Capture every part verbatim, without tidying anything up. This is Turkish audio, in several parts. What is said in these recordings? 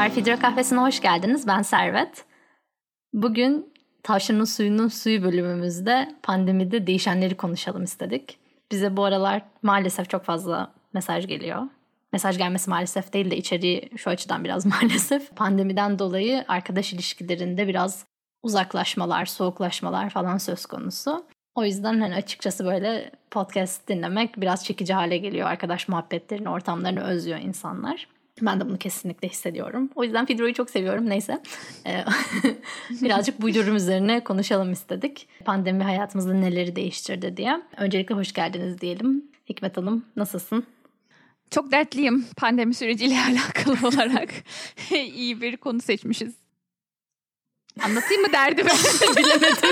Merhabalar, Fidra Kahvesi'ne hoş geldiniz. Ben Servet. Bugün Tavşanın Suyunun Suyu bölümümüzde pandemide değişenleri konuşalım istedik. Bize bu aralar maalesef çok fazla mesaj geliyor. Mesaj gelmesi maalesef değil de içeriği şu açıdan biraz maalesef. Pandemiden dolayı arkadaş ilişkilerinde biraz uzaklaşmalar, soğuklaşmalar falan söz konusu. O yüzden hani açıkçası böyle podcast dinlemek biraz çekici hale geliyor. Arkadaş muhabbetlerini, ortamlarını özlüyor insanlar. Ben de bunu kesinlikle hissediyorum. O yüzden Fidro'yu çok seviyorum. Neyse. Birazcık bu durum üzerine konuşalım istedik. Pandemi hayatımızda neleri değiştirdi diye. Öncelikle hoş geldiniz diyelim. Hikmet Hanım, nasılsın? Çok dertliyim pandemi süreciyle alakalı olarak. İyi bir konu seçmişiz. Anlatayım mı derdimi? Bilemedim.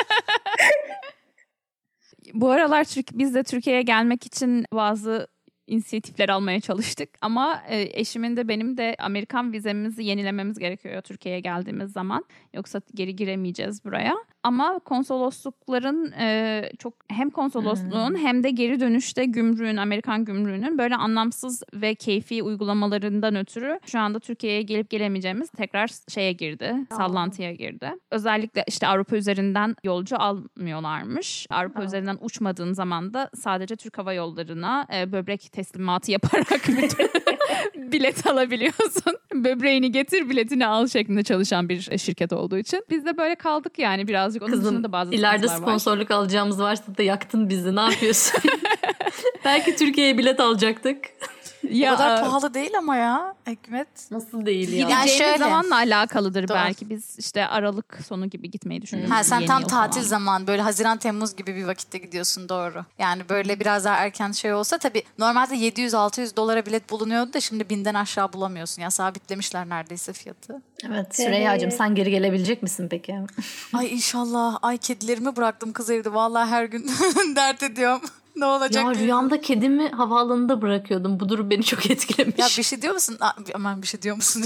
Bu aralar biz de Türkiye'ye gelmek için bazı inisiyatifler almaya çalıştık. Ama eşimin de benim de Amerikan vizemizi yenilememiz gerekiyor Türkiye'ye geldiğimiz zaman. Yoksa geri giremeyeceğiz buraya. Ama konsoloslukların e, çok hem konsolosluğun hmm. hem de geri dönüşte gümrüğün, Amerikan gümrüğünün böyle anlamsız ve keyfi uygulamalarından ötürü şu anda Türkiye'ye gelip gelemeyeceğimiz tekrar şeye girdi, Aa. sallantıya girdi. Özellikle işte Avrupa üzerinden yolcu almıyorlarmış. Avrupa Aa. üzerinden uçmadığın zaman da sadece Türk Hava Yolları'na e, böbrek teslimatı yaparak bilet alabiliyorsun. Böbreğini getir, biletini al şeklinde çalışan bir şirket olduğu için. Biz de böyle kaldık yani birazcık. Onun Kızım, da bazı ileride sponsorluk var. Alacağımız varsa da yaktın bizi. Ne yapıyorsun? Belki Türkiye'ye bilet alacaktık. Ya, o kadar pahalı değil ama ya Hikmet. Nasıl değil ya? Gideceğimiz yani zamanla alakalıdır Doğru. belki. Biz işte Aralık sonu gibi gitmeyi düşünüyoruz. Ha, sen tam tatil falan. Zaman böyle Haziran Temmuz gibi bir vakitte gidiyorsun, doğru. Yani böyle biraz daha erken şey olsa tabii normalde yedi yüz altı yüz dolara bilet bulunuyordu da şimdi binden aşağı bulamıyorsun. Ya sabitlemişler neredeyse fiyatı. Evet Süreyya'cığım, sen geri gelebilecek misin peki? Ay inşallah. Ay kedilerimi bıraktım kız evde. Vallahi her gün dert ediyorum. Ne olacak? Ya rüyamda kedimi havaalanında bırakıyordum. Bu durum beni çok etkilemiş. Ya bir şey diyor musun? Aman bir şey diyor musun?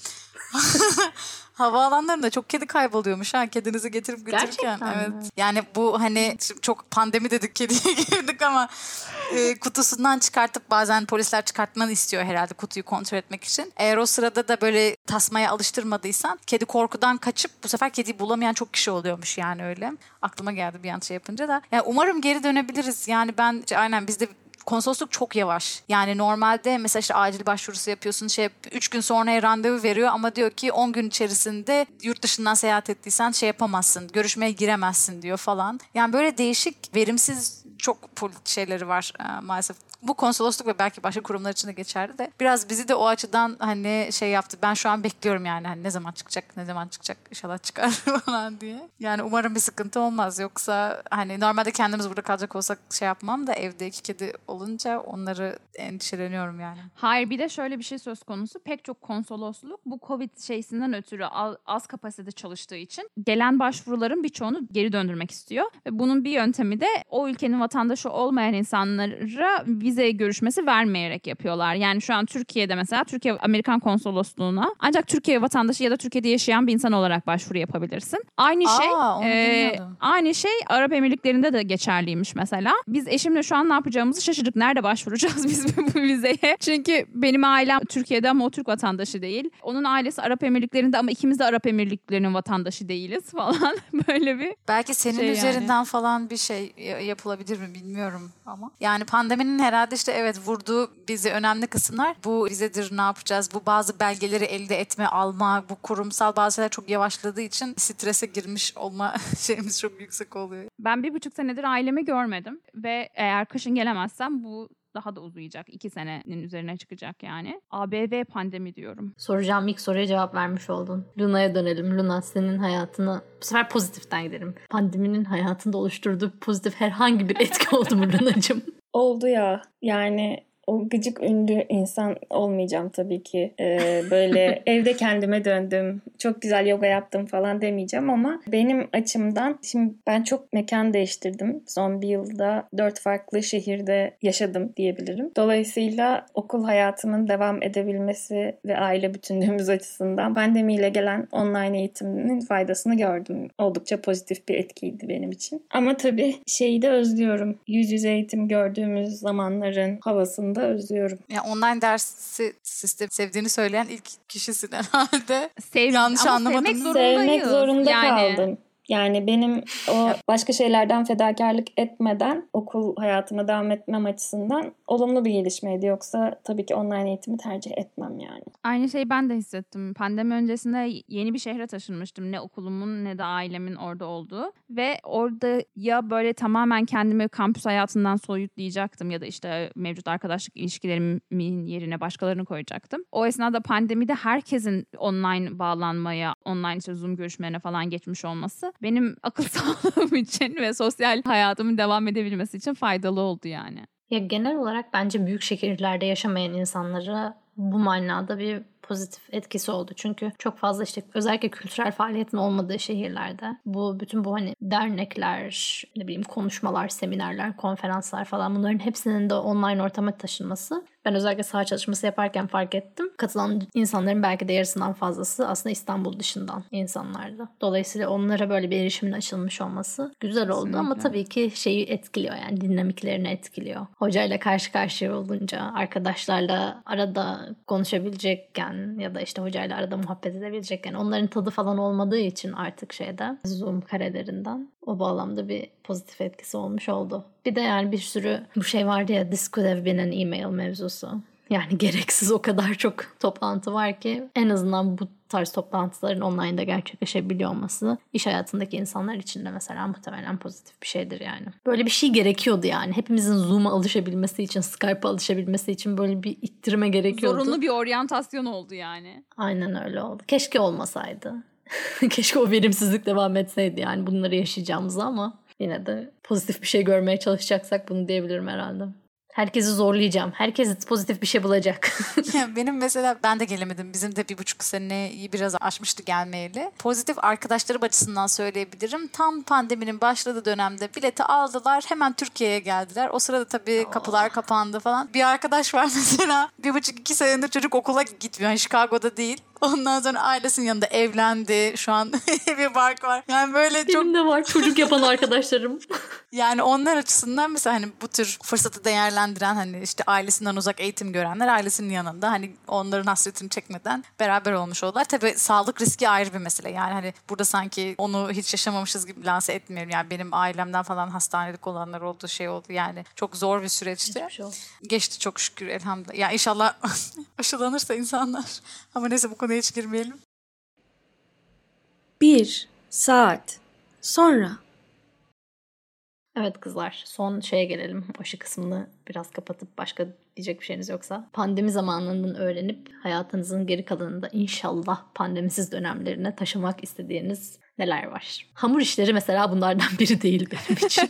Havaalanlarında çok kedi kayboluyormuş ha, kedinizi getirip götürürken. Gerçekten evet. mi? Yani bu hani çok pandemi dedik, kediye girdik ama e, kutusundan çıkartıp bazen polisler çıkartmanı istiyor herhalde kutuyu kontrol etmek için. Eğer o sırada da böyle tasmaya alıştırmadıysan kedi korkudan kaçıp bu sefer kediyi bulamayan çok kişi oluyormuş yani öyle. Aklıma geldi bir an şey yapınca da. Yani umarım geri dönebiliriz. Yani ben aynen bizde konsolosluk çok yavaş. Yani normalde mesela işte acil başvurusu yapıyorsun, şey üç gün sonraya randevu veriyor ama diyor ki on gün içerisinde yurt dışından seyahat ettiysen şey yapamazsın, görüşmeye giremezsin diyor falan. Yani böyle değişik, verimsiz çok politik şeyleri var e, maalesef. Bu konsolosluk ve belki başka kurumlar için de geçerli de biraz bizi de o açıdan hani şey yaptı. Ben şu an bekliyorum yani hani ne zaman çıkacak, ne zaman çıkacak, inşallah çıkar falan diye. Yani umarım bir sıkıntı olmaz. Yoksa hani normalde kendimiz burada kalacak olsak şey yapmam da evde iki kedi olunca onları endişeleniyorum yani. Hayır, bir de şöyle bir şey söz konusu. Pek çok konsolosluk bu Covid şeysinden ötürü az kapasitede çalıştığı için gelen başvuruların birçoğunu geri döndürmek istiyor. Ve bunun bir yöntemi de o ülkenin vatandaşı olmayan insanlara vize görüşmesi vermeyerek yapıyorlar. Yani şu an Türkiye'de mesela Türkiye Amerikan Konsolosluğu'na ancak Türkiye vatandaşı ya da Türkiye'de yaşayan bir insan olarak başvuru yapabilirsin. Aynı Aa, şey e, aynı şey Arap Emirlikleri'nde de geçerliymiş mesela. Biz eşimle şu an ne yapacağımızı şaşırdık. Nerede başvuracağız biz bu vizeye? Çünkü benim ailem Türkiye'de ama o Türk vatandaşı değil. Onun ailesi Arap Emirlikleri'nde ama ikimiz de Arap Emirlikleri'nin vatandaşı değiliz falan. Böyle bir belki senin şey üzerinden yani. Falan bir şey yapılabilir mi bilmiyorum ama. Yani pandeminin herhalde işte evet vurduğu bizi önemli kısımlar bu vizedir, ne yapacağız, bu bazı belgeleri elde etme, alma, bu kurumsal bazı şeyler çok yavaşladığı için strese girmiş olma şeyimiz çok yüksek oluyor. Ben bir buçuk senedir ailemi görmedim ve eğer kışın gelemezsem bu daha da uzayacak. İki senenin üzerine çıkacak yani. A B V pandemi diyorum. Soracağım ilk soruya cevap vermiş oldun. Luna'ya dönelim. Luna, senin hayatına bu sefer pozitiften gidelim. Pandeminin hayatında oluşturduğu pozitif herhangi bir etki oldu mu Luna'cığım? Oldu ya. Yani o gıcık ünlü insan olmayacağım tabii ki. Ee, böyle evde kendime döndüm, çok güzel yoga yaptım falan demeyeceğim ama benim açımdan şimdi ben çok mekan değiştirdim. Son bir yılda dört farklı şehirde yaşadım diyebilirim. Dolayısıyla okul hayatımın devam edebilmesi ve aile bütünlüğümüz açısından pandemiyle gelen online eğitimin faydasını gördüm. Oldukça pozitif bir etkiydi benim için. Ama tabii şeyi de özlüyorum. Yüz yüze eğitim gördüğümüz zamanların havasını da özlüyorum. Ya online dersi sistemi sevdiğini söyleyen ilk kişisin herhalde. Sev, Yanlış anlamadım. Sevmek zorundayız. Sevmek zorunda yani. kaldım. Yani benim o başka şeylerden fedakarlık etmeden okul hayatıma devam etmem açısından olumlu bir gelişmeydi. Yoksa tabii ki online eğitimi tercih etmem yani. Aynı şeyi ben de hissettim. Pandemi öncesinde yeni bir şehre taşınmıştım. Ne okulumun ne de ailemin orada olduğu. Ve orada ya böyle tamamen kendimi kampüs hayatından soyutlayacaktım ya da işte mevcut arkadaşlık ilişkilerimin yerine başkalarını koyacaktım. O esnada pandemide herkesin online bağlanmaya, online işte Zoom görüşmelerine falan geçmiş olması benim akıl sağlığım için ve sosyal hayatımın devam edebilmesi için faydalı oldu yani. Ya genel olarak bence büyük şehirlerde yaşamayan insanlara bu manada bir pozitif etkisi oldu. Çünkü çok fazla işte özellikle kültürel faaliyetin olmadığı şehirlerde bu bütün bu hani dernekler, ne bileyim konuşmalar, seminerler, konferanslar falan bunların hepsinin de online ortama taşınması. Ben özellikle saha çalışması yaparken fark ettim. Katılan insanların belki de yarısından fazlası aslında İstanbul dışından insanlardı. Dolayısıyla onlara böyle bir erişimin açılmış olması güzel oldu. Kesinlikle. Ama tabii ki şeyi etkiliyor, yani dinamiklerini etkiliyor. Hocayla karşı karşıya olunca, arkadaşlarla arada konuşabilecekken ya da işte hocayla arada muhabbet edebilecekken onların tadı falan olmadığı için artık şeyde Zoom karelerinden o bağlamda bir pozitif etkisi olmuş oldu. Bir de yani bir sürü bu şey vardı ya, this could have been an email mevzusu. Yani gereksiz o kadar çok toplantı var ki en azından bu tarz toplantıların online'da gerçekleşebiliyor olması iş hayatındaki insanlar için de mesela muhtemelen pozitif bir şeydir yani. Böyle bir şey gerekiyordu yani. Hepimizin Zoom'a alışabilmesi için, Skype'a alışabilmesi için böyle bir ittirme gerekiyordu. Zorunlu bir oryantasyon oldu yani. Aynen öyle oldu. Keşke olmasaydı. Keşke o verimsizlik devam etseydi yani bunları yaşayacağımızı, ama yine de pozitif bir şey görmeye çalışacaksak bunu diyebilirim herhalde. Herkesi zorlayacağım. Herkes pozitif bir şey bulacak. Benim mesela ben de gelemedim. Bizim de bir buçuk seneyi biraz aşmıştı gelmeyeli. Pozitif arkadaşlarım açısından söyleyebilirim. Tam pandeminin başladığı dönemde bileti aldılar. Hemen Türkiye'ye geldiler. O sırada tabii kapılar kapandı falan. Bir arkadaş var mesela. Bir buçuk iki senedir çocuk okula gitmiyor. Yani Chicago'da değil. Ondan sonra ailesinin yanında evlendi. Şu an bir bark var. Yani böyle Benim çok... Benim de var çocuk yapan arkadaşlarım. Yani onlar açısından mesela hani bu tür fırsatı değerlendiren, hani işte ailesinden uzak eğitim görenler ailesinin yanında hani onların hasretini çekmeden beraber olmuş oldular. Tabii sağlık riski ayrı bir mesele. Yani hani burada sanki onu hiç yaşamamışız gibi lanse etmiyorum. Yani benim ailemden falan hastanelik olanlar oldu, şey oldu. Yani çok zor bir süreçti. Şey Geçti çok şükür elhamdülillah. Ya inşallah aşılanırsa insanlar. Ama neyse bu konuya hiç girmeyelim. Bir saat sonra. Evet kızlar, son şeye gelelim. Aşı kısmını biraz kapatıp başka diyecek bir şeyiniz yoksa. Pandemi zamanından öğrenip hayatınızın geri kalanında inşallah pandemisiz dönemlerine taşımak istediğiniz neler var? Hamur işleri mesela bunlardan biri değil benim için.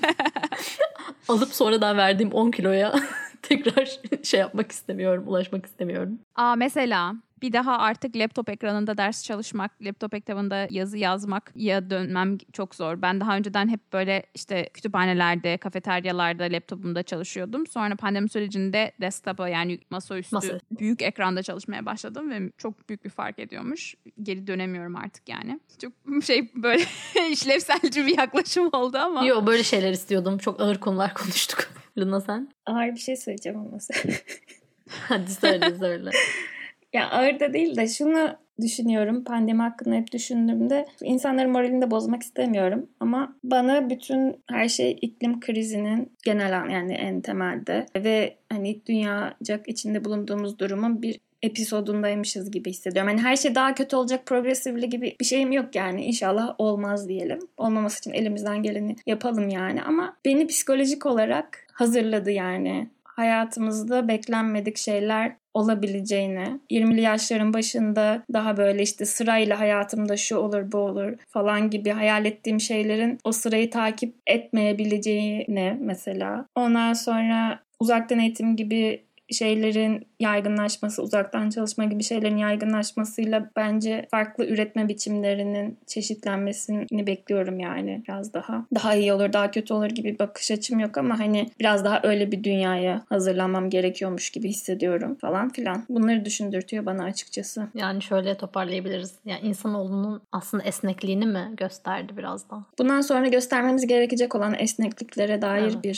Alıp sonradan verdiğim on kiloya tekrar şey yapmak istemiyorum, ulaşmak istemiyorum. Aa mesela bir daha artık laptop ekranında ders çalışmak, laptop ekranında yazı yazmak ya dönmem çok zor. Ben daha önceden hep böyle işte kütüphanelerde, kafeteryalarda laptopumda çalışıyordum. Sonra pandemi sürecinde desktop'a yani masaüstü Masa. büyük ekranda çalışmaya başladım ve çok büyük bir fark ediyormuş. Geri dönemiyorum artık yani. Çok şey böyle işlevselci bir yaklaşım oldu ama. Yok, böyle şeyler istiyordum. Çok ağır konular konuştuk. Luna sen? Ağır bir şey söyleyeceğim ama sen. Hadi söyle söyle. Ya ağır da değil de şunu düşünüyorum. Pandemi hakkında hep düşündüğümde insanların moralini de bozmak istemiyorum. Ama bana bütün her şey iklim krizinin genel yani en temelde ve hani dünyacak içinde bulunduğumuz durumun bir episodundaymışız gibi hissediyorum. Hani her şey daha kötü olacak, progressively gibi bir şeyim yok yani. İnşallah olmaz diyelim. Olmaması için elimizden geleni yapalım yani. Ama beni psikolojik olarak hazırladı yani. Hayatımızda beklenmedik şeyler olabileceğini, yirmili yaşların başında daha böyle işte sırayla hayatımda şu olur bu olur falan gibi hayal ettiğim şeylerin o sırayı takip etmeyebileceğini mesela. Ondan sonra uzaktan eğitim gibi şeylerin yaygınlaşması, uzaktan çalışma gibi şeylerin yaygınlaşmasıyla bence farklı üretme biçimlerinin çeşitlenmesini bekliyorum yani biraz daha. Daha iyi olur, daha kötü olur gibi bir bakış açım yok ama hani biraz daha öyle bir dünyaya hazırlanmam gerekiyormuş gibi hissediyorum falan filan. Bunları düşündürtüyor bana açıkçası. Yani şöyle toparlayabiliriz. Yani insanoğlunun aslında esnekliğini mi gösterdi biraz da? Bundan sonra göstermemiz gerekecek olan esnekliklere dair evet. bir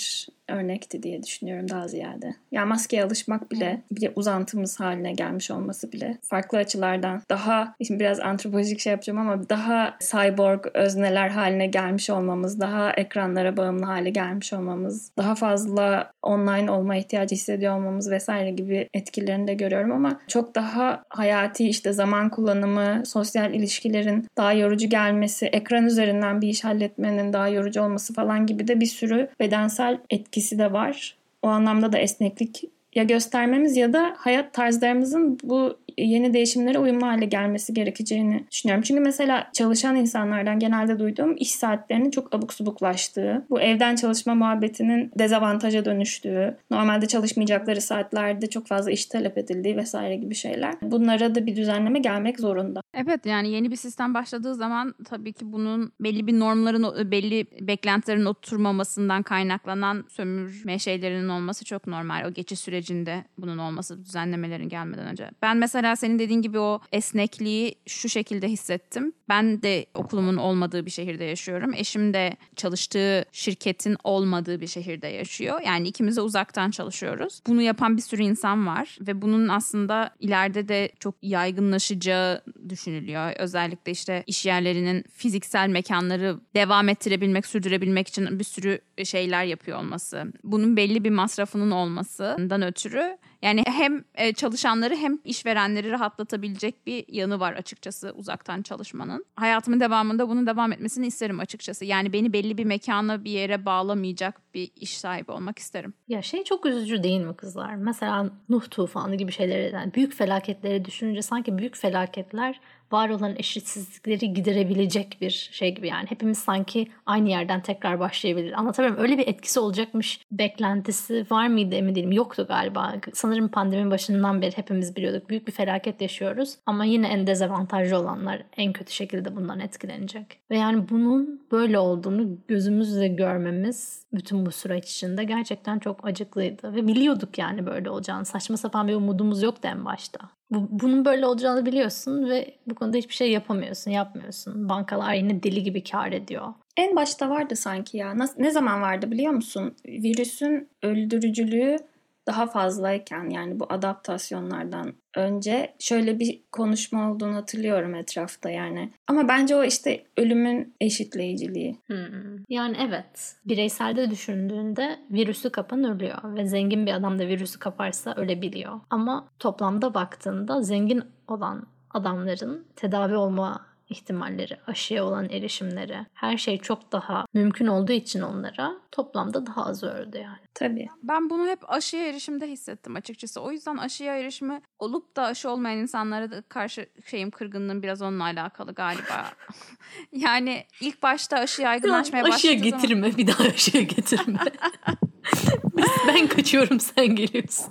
örnekti diye düşünüyorum daha ziyade. Yani maskeye alışmak bile, bir uzantımız haline gelmiş olması bile farklı açılardan daha, şimdi biraz antropolojik şey yapacağım ama daha cyborg özneler haline gelmiş olmamız, daha ekranlara bağımlı hale gelmiş olmamız, daha fazla online olma ihtiyacı hissediyor olmamız vesaire gibi etkilerini de görüyorum ama çok daha hayati işte zaman kullanımı, sosyal ilişkilerin daha yorucu gelmesi, ekran üzerinden bir iş halletmenin daha yorucu olması falan gibi de bir sürü bedensel etkisi de var. O anlamda da esneklik ya göstermemiz ya da hayat tarzlarımızın bu yeni değişimlere uyumlu hale gelmesi gerekeceğini düşünüyorum. Çünkü mesela çalışan insanlardan genelde duyduğum iş saatlerinin çok abuk subuklaştığı, bu evden çalışma muhabbetinin dezavantaja dönüştüğü, normalde çalışmayacakları saatlerde çok fazla iş talep edildiği vesaire gibi şeyler. Bunlara da bir düzenleme gelmek zorunda. Evet, yani yeni bir sistem başladığı zaman tabii ki bunun belli bir normların, belli beklentilerin oturmamasından kaynaklanan sömürme şeylerinin olması çok normal. O geçiş sürecinde bunun olması, düzenlemelerin gelmeden önce. Ben mesela senin dediğin gibi o esnekliği şu şekilde hissettim. Ben de okulumun olmadığı bir şehirde yaşıyorum. Eşim de çalıştığı şirketin olmadığı bir şehirde yaşıyor. Yani ikimiz de uzaktan çalışıyoruz. Bunu yapan bir sürü insan var ve bunun aslında ileride de çok yaygınlaşacağı düşünülüyor. Özellikle işte iş yerlerinin fiziksel mekanları devam ettirebilmek, sürdürebilmek için bir sürü şeyler yapıyor olması. Bunun belli bir masrafının olmasından ötürü yani hem çalışanları hem işverenleri rahatlatabilecek bir yanı var açıkçası uzaktan çalışmanın. Hayatımın devamında bunun devam etmesini isterim açıkçası. Yani beni belli bir mekana, bir yere bağlamayacak bir iş sahibi olmak isterim. Ya şey çok üzücü değil mi kızlar? Mesela Nuh tufanı gibi şeyleri, yani büyük felaketleri düşününce sanki büyük felaketler var olan eşitsizlikleri giderebilecek bir şey gibi yani. Hepimiz sanki aynı yerden tekrar başlayabilir. Anlatabiliyor muyum? Öyle bir etkisi olacakmış beklentisi var mıydı emin değilim. Yoktu galiba. Sanırım pandeminin başından beri hepimiz biliyorduk. Büyük bir felaket yaşıyoruz. Ama yine en dezavantajlı olanlar en kötü şekilde bundan etkilenecek. Ve yani bunun böyle olduğunu gözümüzle görmemiz bütün bu süreç içinde gerçekten çok acıklıydı. Ve biliyorduk yani böyle olacağını. Saçma sapan bir umudumuz yoktu en başta. Bu, bunun böyle olacağını biliyorsun ve bu konuda hiçbir şey yapamıyorsun, yapmıyorsun. Bankalar yine deli gibi kar ediyor. En başta vardı sanki ya. Nasıl, ne zaman vardı biliyor musun? Virüsün öldürücülüğü daha fazlayken, yani bu adaptasyonlardan önce şöyle bir konuşma olduğunu hatırlıyorum etrafta yani. Ama bence o işte ölümün eşitleyiciliği. Hmm. Yani evet, bireyselde düşündüğünde virüsü kapan ölüyor ve zengin bir adam da virüsü kaparsa ölebiliyor. Ama toplamda baktığında zengin olan adamların tedavi olma ihtimalleri, aşıya olan erişimleri, her şey çok daha mümkün olduğu için onlara toplamda daha az öldü yani. Tabii. Ben bunu hep aşıya erişimde hissettim açıkçası. O yüzden aşıya erişimi olup da aşı olmayan insanlara da karşı şeyim, kırgınlığım biraz onunla alakalı galiba. Yani ilk başta aşı yaygınlaşmaya başladığı aşıya zaman... getirme, bir daha aşıya getirme. Ben kaçıyorum, sen geliyorsun.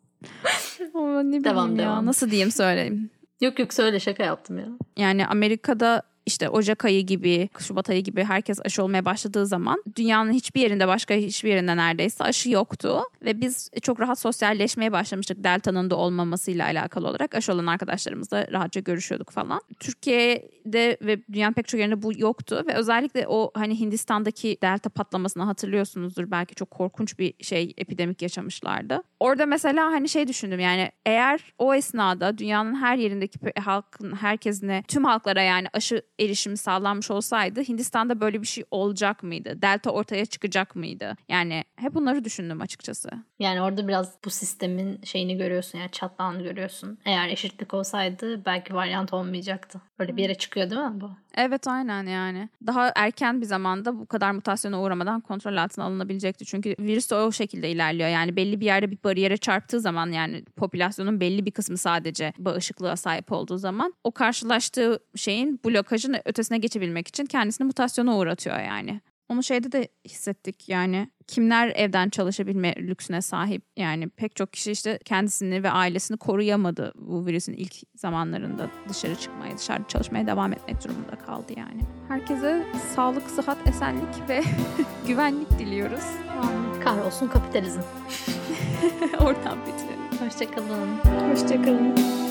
Ama ne devam, bileyim ya. devam. Nasıl diyeyim, söyleyeyim. Yok yok söyle, şaka yaptım ya. Yani Amerika'da işte Ocak ayı gibi, Şubat ayı gibi herkes aşı olmaya başladığı zaman dünyanın hiçbir yerinde, başka hiçbir yerinde neredeyse aşı yoktu. Ve biz çok rahat sosyalleşmeye başlamıştık Delta'nın da olmamasıyla alakalı olarak. Aşı olan arkadaşlarımızla rahatça görüşüyorduk falan. Türkiye'de ve dünyanın pek çok yerinde bu yoktu. Ve özellikle o hani Hindistan'daki Delta patlamasını hatırlıyorsunuzdur. Belki çok korkunç bir şey, epidemik yaşamışlardı. Orada mesela hani şey düşündüm, yani eğer o esnada dünyanın her yerindeki halkın, herkesine, tüm halklara yani aşı erişimi sağlanmış olsaydı Hindistan'da böyle bir şey olacak mıydı? Delta ortaya çıkacak mıydı? Yani hep bunları düşündüm açıkçası. Yani orada biraz bu sistemin şeyini görüyorsun, yani çatlağını görüyorsun. Eğer eşitlik olsaydı belki varyant olmayacaktı. Böyle bir yere çıkıyor değil mi bu? Evet, aynen yani. Daha erken bir zamanda bu kadar mutasyona uğramadan kontrol altına alınabilecekti. Çünkü virüs de o şekilde ilerliyor. Yani belli bir yerde bir bariyere çarptığı zaman, yani popülasyonun belli bir kısmı sadece bağışıklığa sahip olduğu zaman o karşılaştığı şeyin, blokajın ötesine geçebilmek için kendisini mutasyona uğratıyor yani. Onu şeyde de hissettik yani. Kimler evden çalışabilme lüksüne sahip? Yani pek çok kişi işte kendisini ve ailesini koruyamadı bu virüsün ilk zamanlarında, dışarı çıkmaya, dışarıda çalışmaya devam etmek durumunda kaldı yani. Herkese sağlık, sıhhat, esenlik ve güvenlik diliyoruz. Kahrolsun kapitalizm. Oradan bitirelim. Hoşçakalın. Hoşçakalın.